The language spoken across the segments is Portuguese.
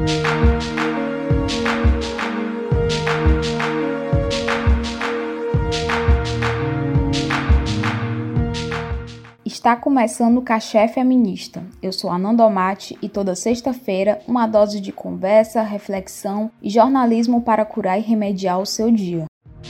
Está começando o Café Feminista. Eu sou a Nandomate e toda sexta-feira uma dose de conversa, reflexão e jornalismo para curar e remediar o seu dia.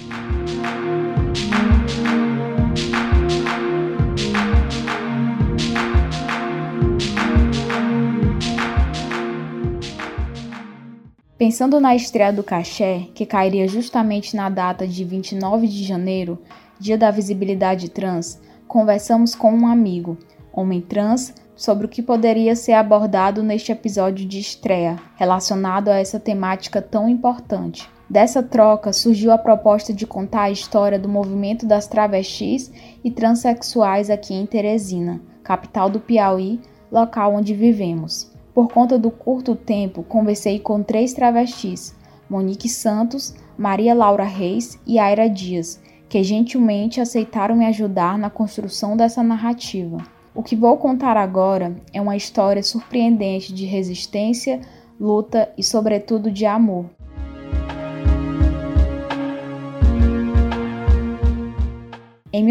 Pensando na estreia do Caché, que cairia justamente na data de 29 de janeiro, Dia da Visibilidade Trans, conversamos com um amigo, homem trans, sobre o que poderia ser abordado neste episódio de estreia, relacionado a essa temática tão importante. Dessa troca surgiu a proposta de contar a história do movimento das travestis e transexuais aqui em Teresina, capital do Piauí, local onde vivemos. Por conta do curto tempo, conversei com 3 travestis, Monique Santos, Maria Laura Reis e Aira Dias, que gentilmente aceitaram me ajudar na construção dessa narrativa. O que vou contar agora é uma história surpreendente de resistência, luta e, sobretudo, de amor. Em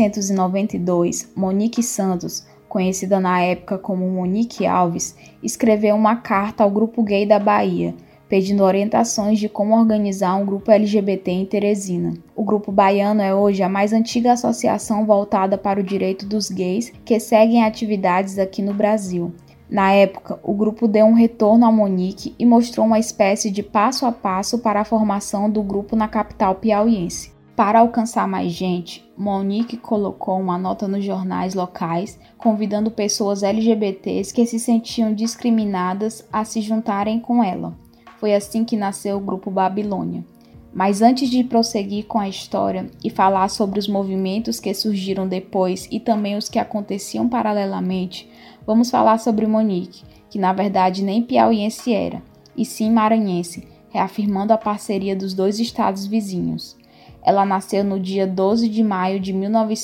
1992, Monique Santos, conhecida na época como Monique Alves, escreveu uma carta ao grupo gay da Bahia, pedindo orientações de como organizar um grupo LGBT em Teresina. O grupo baiano é hoje a mais antiga associação voltada para o direito dos gays que seguem atividades aqui no Brasil. Na época, o grupo deu um retorno a Monique e mostrou uma espécie de passo a passo para a formação do grupo na capital piauiense. Para alcançar mais gente, Monique colocou uma nota nos jornais locais, convidando pessoas LGBTs que se sentiam discriminadas a se juntarem com ela. Foi assim que nasceu o Grupo Babilônia. Mas antes de prosseguir com a história e falar sobre os movimentos que surgiram depois e também os que aconteciam paralelamente, vamos falar sobre Monique, que na verdade nem piauiense era, e sim maranhense, reafirmando a parceria dos 2 estados vizinhos. Ela nasceu no dia 12 de maio de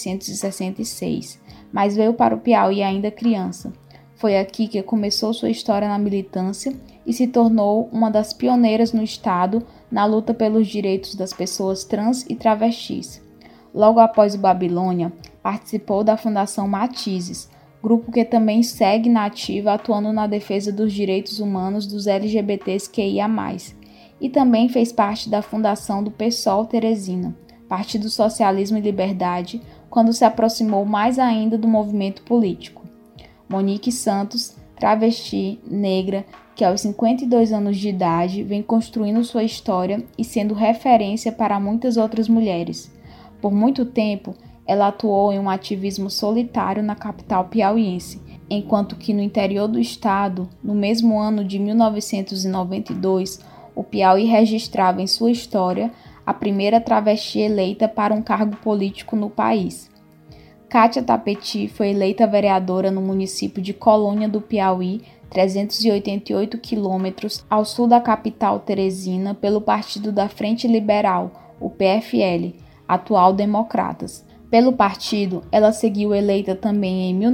1966, mas veio para o Piauí ainda criança. Foi aqui que começou sua história na militância e se tornou uma das pioneiras no estado na luta pelos direitos das pessoas trans e travestis. Logo após o Babilônia, participou da Fundação Matizes, grupo que também segue na ativa atuando na defesa dos direitos humanos dos LGBTQIA+, e também fez parte da fundação do PSOL Teresina, Partido Socialismo e Liberdade, quando se aproximou mais ainda do movimento político. Monique Santos, travesti, negra, que aos 52 anos de idade vem construindo sua história e sendo referência para muitas outras mulheres. Por muito tempo, ela atuou em um ativismo solitário na capital piauiense, enquanto que no interior do estado, no mesmo ano de 1992, o Piauí registrava em sua história a primeira travesti eleita para um cargo político no país. Kátia Tapeti foi eleita vereadora no município de Colônia do Piauí, 388 quilômetros ao sul da capital Teresina, pelo Partido da Frente Liberal, o PFL, atual Democratas. Pelo partido, ela seguiu eleita também em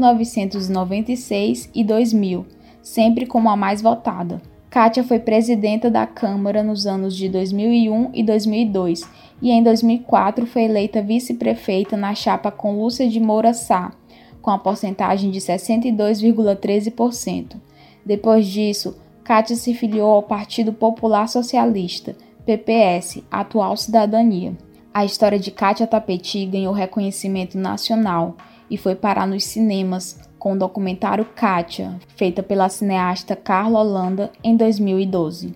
1996 e 2000, sempre como a mais votada. Kátia foi presidenta da Câmara nos anos de 2001 e 2002 e em 2004 foi eleita vice-prefeita na chapa com Lúcia de Moura Sá, com a porcentagem de 62,13%. Depois disso, Kátia se filiou ao Partido Popular Socialista, PPS, atual Cidadania. A história de Kátia Tapeti ganhou reconhecimento nacional e foi parar nos cinemas com o documentário Kátia, feita pela cineasta Carla Holanda em 2012.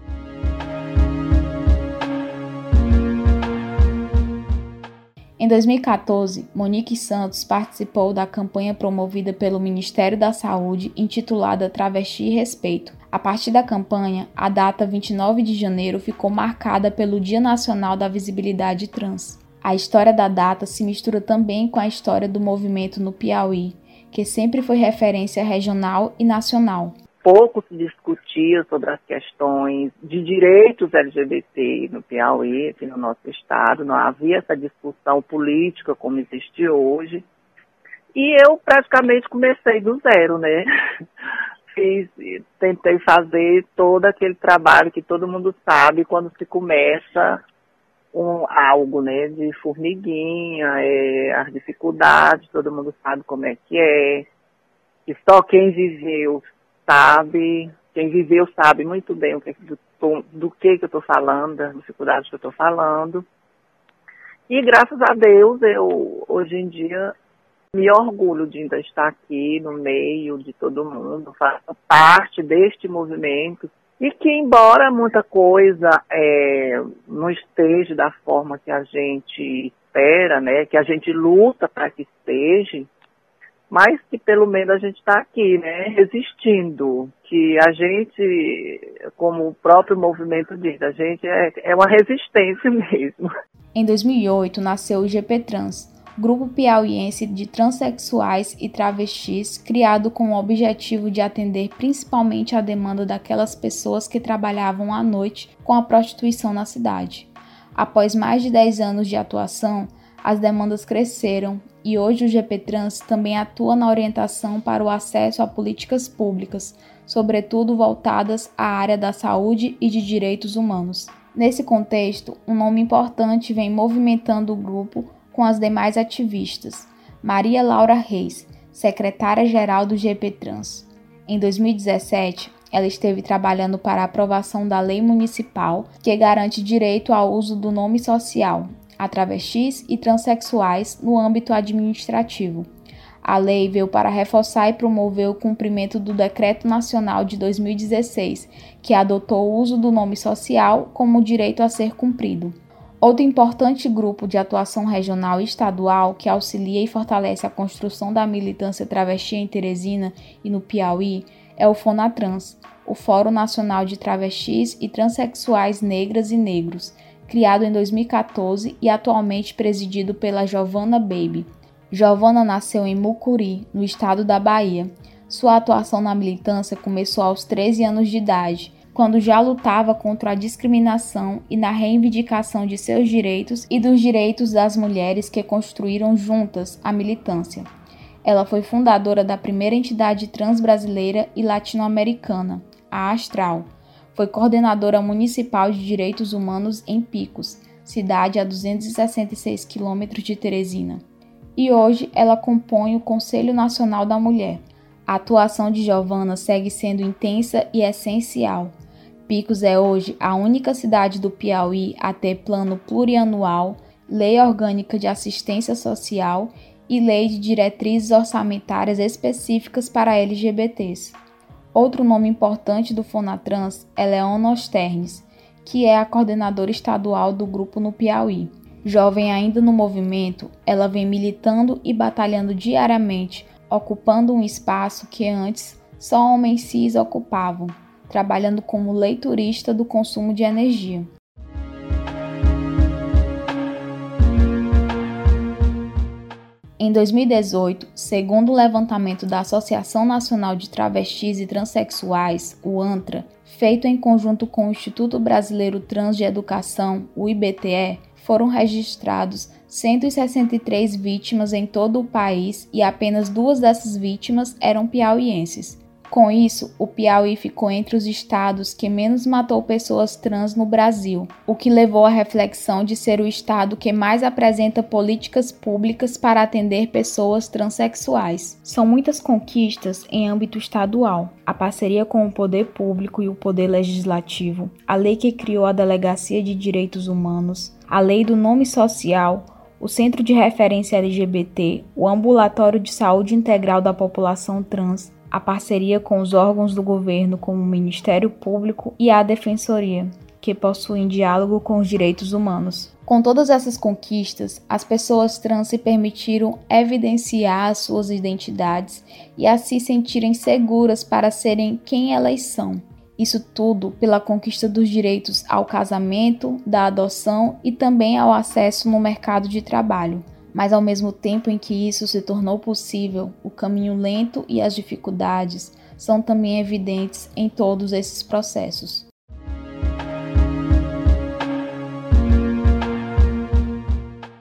Em 2014, Monique Santos participou da campanha promovida pelo Ministério da Saúde intitulada Travesti e Respeito. A partir da campanha, a data 29 de janeiro ficou marcada pelo Dia Nacional da Visibilidade Trans. A história da data se mistura também com a história do movimento no Piauí, que sempre foi referência regional e nacional. Pouco se discutia sobre as questões de direitos LGBT no Piauí, aqui no nosso estado, não havia essa discussão política como existe hoje. E eu praticamente comecei do zero, né? tentei fazer todo aquele trabalho que todo mundo sabe quando se começa algo, né, de formiguinha, as dificuldades, todo mundo sabe como é, que só quem viveu sabe, muito bem do que eu estou falando, das dificuldades que eu estou falando. E graças a Deus, eu hoje em dia me orgulho de ainda estar aqui no meio de todo mundo, faço parte deste movimento, e que embora muita coisa não esteja da forma que a gente espera, né, que a gente luta para que esteja, mas que pelo menos a gente está aqui, né, resistindo, que a gente, como o próprio movimento diz, a gente é uma resistência mesmo. Em 2008, nasceu o GP Trans, grupo piauiense de transexuais e travestis, criado com o objetivo de atender principalmente a demanda daquelas pessoas que trabalhavam à noite com a prostituição na cidade. Após mais de 10 anos de atuação, as demandas cresceram e hoje o GP Trans também atua na orientação para o acesso a políticas públicas, sobretudo voltadas à área da saúde e de direitos humanos. Nesse contexto, um nome importante vem movimentando o grupo com as demais ativistas: Maria Laura Reis, secretária-geral do GP Trans. Em 2017, ela esteve trabalhando para a aprovação da lei municipal que garante direito ao uso do nome social a travestis e transexuais no âmbito administrativo. A lei veio para reforçar e promover o cumprimento do Decreto Nacional de 2016, que adotou o uso do nome social como direito a ser cumprido. Outro importante grupo de atuação regional e estadual que auxilia e fortalece a construção da militância travesti em Teresina e no Piauí é o FONATRANS, o Fórum Nacional de Travestis e Transsexuais Negras e Negros, criado em 2014 e atualmente presidido pela Giovana Baby. Giovana nasceu em Mucuri, no estado da Bahia. Sua atuação na militância começou aos 13 anos de idade, quando já lutava contra a discriminação e na reivindicação de seus direitos e dos direitos das mulheres que construíram juntas a militância. Ela foi fundadora da primeira entidade trans brasileira e latino-americana, a Astral. Foi coordenadora municipal de direitos humanos em Picos, cidade a 266 quilômetros de Teresina. E hoje ela compõe o Conselho Nacional da Mulher. A atuação de Giovana segue sendo intensa e essencial. Picos é hoje a única cidade do Piauí a ter plano plurianual, lei orgânica de assistência social e lei de diretrizes orçamentárias específicas para LGBTs. Outro nome importante do FONATRANS é Leona Osternes, que é a coordenadora estadual do grupo no Piauí. Jovem ainda no movimento, ela vem militando e batalhando diariamente, ocupando um espaço que antes só homens cis ocupavam, trabalhando como leiturista do consumo de energia. Em 2018, segundo o levantamento da Associação Nacional de Travestis e Transsexuais, o ANTRA, feito em conjunto com o Instituto Brasileiro Trans de Educação, o IBTE, foram registrados 163 vítimas em todo o país e apenas 2 dessas vítimas eram piauienses. Com isso, o Piauí ficou entre os estados que menos matou pessoas trans no Brasil, o que levou à reflexão de ser o estado que mais apresenta políticas públicas para atender pessoas transexuais. São muitas conquistas em âmbito estadual, a parceria com o poder público e o poder legislativo, a lei que criou a Delegacia de Direitos Humanos, a lei do nome social, o Centro de Referência LGBT, o Ambulatório de Saúde Integral da População Trans, a parceria com os órgãos do governo como o Ministério Público e a Defensoria, que possuem diálogo com os direitos humanos. Com todas essas conquistas, as pessoas trans se permitiram evidenciar as suas identidades e a se sentirem seguras para serem quem elas são. Isso tudo pela conquista dos direitos ao casamento, da adoção e também ao acesso no mercado de trabalho. Mas ao mesmo tempo em que isso se tornou possível, o caminho lento e as dificuldades são também evidentes em todos esses processos. Em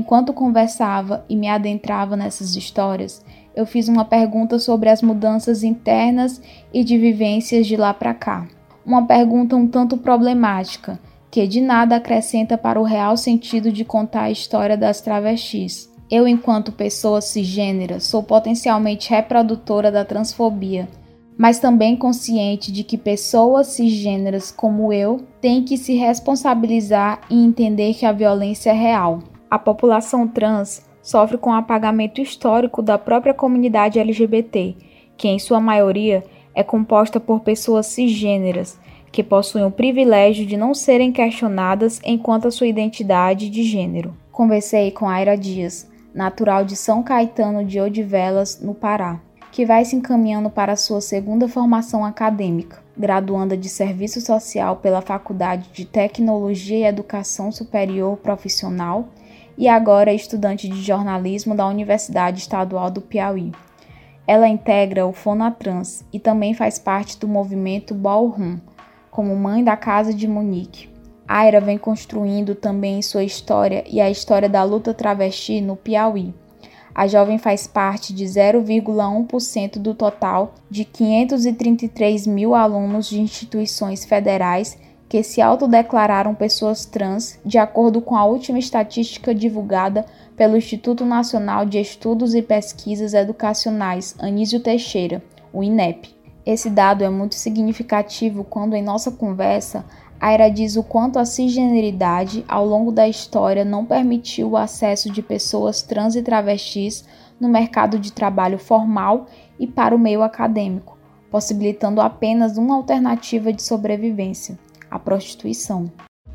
Enquanto conversava e me adentrava nessas histórias, eu fiz uma pergunta sobre as mudanças internas e de vivências de lá para cá. Uma pergunta um tanto problemática, que de nada acrescenta para o real sentido de contar a história das travestis. Eu, enquanto pessoa cisgênera, sou potencialmente reprodutora da transfobia, mas também consciente de que pessoas cisgêneras como eu têm que se responsabilizar e entender que a violência é real. A população trans sofre com o apagamento histórico da própria comunidade LGBT, que em sua maioria é composta por pessoas cisgêneras, que possuem o privilégio de não serem questionadas enquanto a sua identidade de gênero. Conversei com Aira Dias, natural de São Caetano de Odivelas, no Pará, que vai se encaminhando para a sua segunda formação acadêmica, graduanda de Serviço Social pela Faculdade de Tecnologia e Educação Superior Profissional e agora é estudante de jornalismo da Universidade Estadual do Piauí. Ela integra o Fonatrans e também faz parte do movimento Ballroom, como mãe da Casa de Munique. Aira vem construindo também sua história e a história da luta travesti no Piauí. A jovem faz parte de 0,1% do total de 533 mil alunos de instituições federais que se autodeclararam pessoas trans, de acordo com a última estatística divulgada pelo Instituto Nacional de Estudos e Pesquisas Educacionais Anísio Teixeira, o INEP. Esse dado é muito significativo quando, em nossa conversa, Aira diz o quanto a cisgeneridade, ao longo da história, não permitiu o acesso de pessoas trans e travestis no mercado de trabalho formal e para o meio acadêmico, possibilitando apenas uma alternativa de sobrevivência: a prostituição.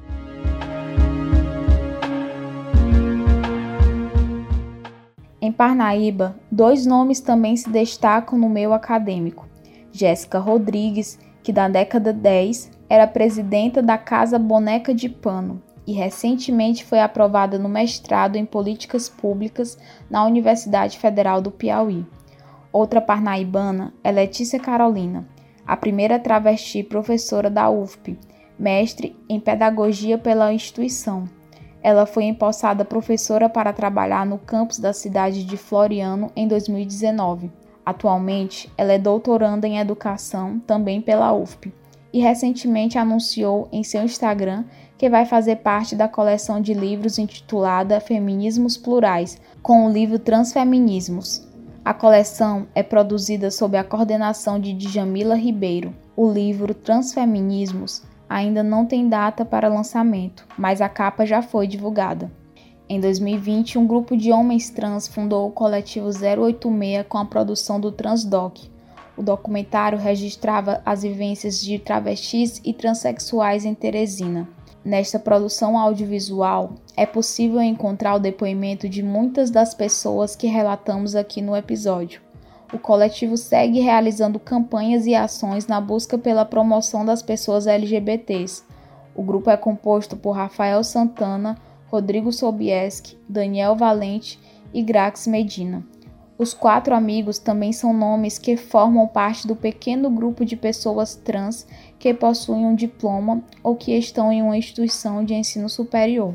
Em Parnaíba, 2 nomes também se destacam no meio acadêmico. Jéssica Rodrigues, que na década 10 era presidenta da Casa Boneca de Pano e recentemente foi aprovada no mestrado em Políticas Públicas na Universidade Federal do Piauí. Outra parnaibana é Letícia Carolina, a primeira travesti professora da UFP, mestre em Pedagogia pela instituição. Ela foi empossada professora para trabalhar no campus da cidade de Floriano em 2019. Atualmente, ela é doutoranda em Educação, também pela UFP, e recentemente anunciou em seu Instagram que vai fazer parte da coleção de livros intitulada Feminismos Plurais, com o livro Transfeminismos. A coleção é produzida sob a coordenação de Djamila Ribeiro. O livro Transfeminismos ainda não tem data para lançamento, mas a capa já foi divulgada. Em 2020, um grupo de homens trans fundou o coletivo 086 com a produção do Transdoc. O documentário registrava as vivências de travestis e transexuais em Teresina. Nesta produção audiovisual, é possível encontrar o depoimento de muitas das pessoas que relatamos aqui no episódio. O coletivo segue realizando campanhas e ações na busca pela promoção das pessoas LGBTs. O grupo é composto por Rafael Santana, Rodrigo Sobieski, Daniel Valente e Grax Medina. Os 4 amigos também são nomes que formam parte do pequeno grupo de pessoas trans que possuem um diploma ou que estão em uma instituição de ensino superior.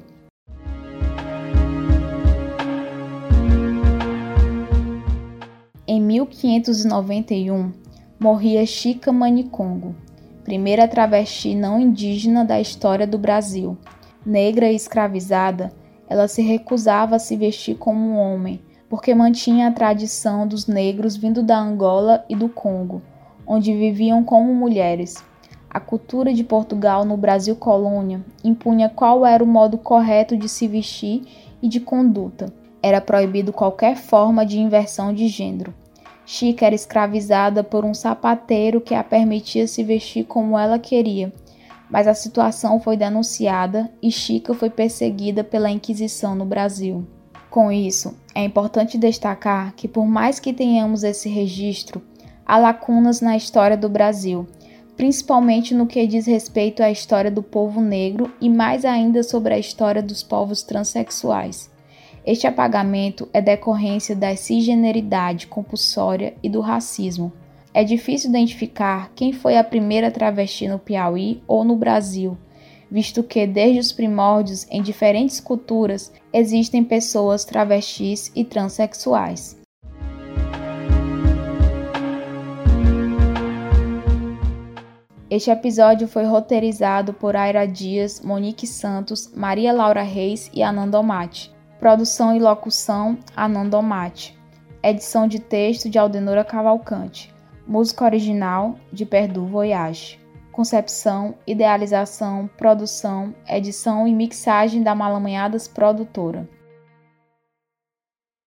Em 1591, morria Chica Manicongo, primeira travesti não indígena da história do Brasil. Negra e escravizada, ela se recusava a se vestir como um homem, porque mantinha a tradição dos negros vindo da Angola e do Congo, onde viviam como mulheres. A cultura de Portugal no Brasil colônia impunha qual era o modo correto de se vestir e de conduta. Era proibido qualquer forma de inversão de gênero. Chica era escravizada por um sapateiro que a permitia se vestir como ela queria, mas a situação foi denunciada e Chica foi perseguida pela Inquisição no Brasil. Com isso, é importante destacar que, por mais que tenhamos esse registro, há lacunas na história do Brasil, principalmente no que diz respeito à história do povo negro e mais ainda sobre a história dos povos transexuais. Este apagamento é decorrência da cisgeneridade compulsória e do racismo. É difícil identificar quem foi a primeira travesti no Piauí ou no Brasil, visto que desde os primórdios, em diferentes culturas, existem pessoas travestis e transexuais. Este episódio foi roteirizado por Aira Dias, Monique Santos, Maria Laura Reis e Ananda Omati. Produção e locução, Ananda Omati. Edição de texto de Aldenora Cavalcante. Música original de Perdu Voyage. Concepção, idealização, produção, edição e mixagem da Malamanhadas Produtora.